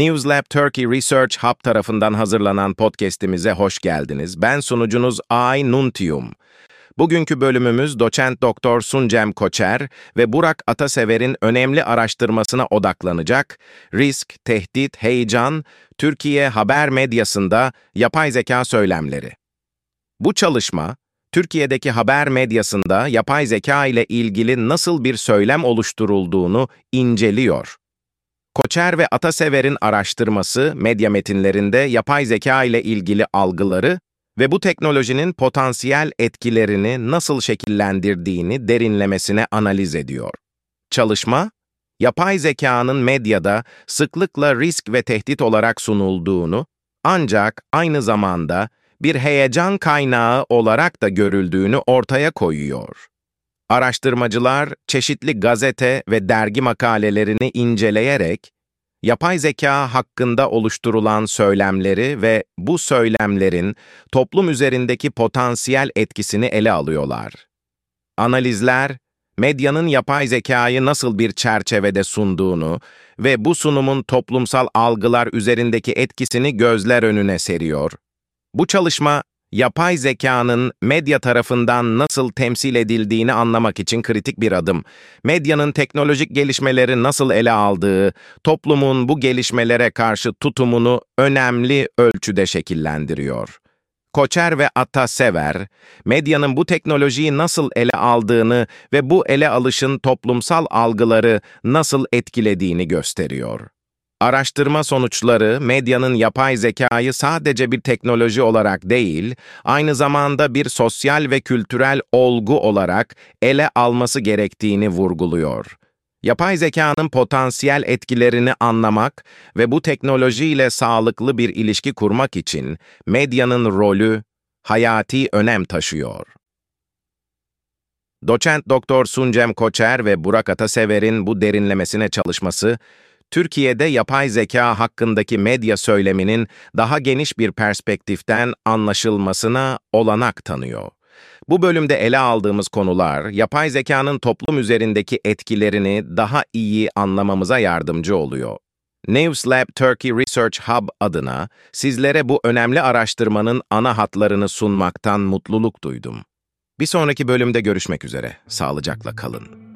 NewsLab Turkey Research Hub tarafından hazırlanan podcast'imize hoş geldiniz. Ben sunucunuz Ay Nuntium. Bugünkü bölümümüz doçent doktor Suncem Koçer ve Burak Atasever'in önemli araştırmasına odaklanacak. Risk, tehdit, heyecan, Türkiye haber medyasında yapay zeka söylemleri. Bu çalışma, Türkiye'deki haber medyasında yapay zeka ile ilgili nasıl bir söylem oluşturulduğunu inceliyor. Koçer ve Atasever'in araştırması, medya metinlerinde yapay zeka ile ilgili algıları ve bu teknolojinin potansiyel etkilerini nasıl şekillendirdiğini derinlemesine analiz ediyor. Çalışma, yapay zekanın medyada sıklıkla risk ve tehdit olarak sunulduğunu, ancak aynı zamanda bir heyecan kaynağı olarak da görüldüğünü ortaya koyuyor. Araştırmacılar, çeşitli gazete ve dergi makalelerini inceleyerek, yapay zeka hakkında oluşturulan söylemleri ve bu söylemlerin toplum üzerindeki potansiyel etkisini ele alıyorlar. Analizler, medyanın yapay zekayı nasıl bir çerçevede sunduğunu ve bu sunumun toplumsal algılar üzerindeki etkisini gözler önüne seriyor. Bu çalışma, yapay zekanın medya tarafından nasıl temsil edildiğini anlamak için kritik bir adım. Medyanın teknolojik gelişmeleri nasıl ele aldığı, toplumun bu gelişmelere karşı tutumunu önemli ölçüde şekillendiriyor. Koçer ve Atasever, medyanın bu teknolojiyi nasıl ele aldığını ve bu ele alışın toplumsal algıları nasıl etkilediğini gösteriyor. Araştırma sonuçları, medyanın yapay zekayı sadece bir teknoloji olarak değil, aynı zamanda bir sosyal ve kültürel olgu olarak ele alması gerektiğini vurguluyor. Yapay zekanın potansiyel etkilerini anlamak ve bu teknolojiyle sağlıklı bir ilişki kurmak için medyanın rolü hayati önem taşıyor. Doçent Doktor Suncem Koçer ve Burak Atasever'in bu derinlemesine çalışması, Türkiye'de yapay zeka hakkındaki medya söyleminin daha geniş bir perspektiften anlaşılmasına olanak tanıyor. Bu bölümde ele aldığımız konular, yapay zekanın toplum üzerindeki etkilerini daha iyi anlamamıza yardımcı oluyor. NewsLab Turkey Research Hub adına sizlere bu önemli araştırmanın ana hatlarını sunmaktan mutluluk duydum. Bir sonraki bölümde görüşmek üzere. Sağlıcakla kalın.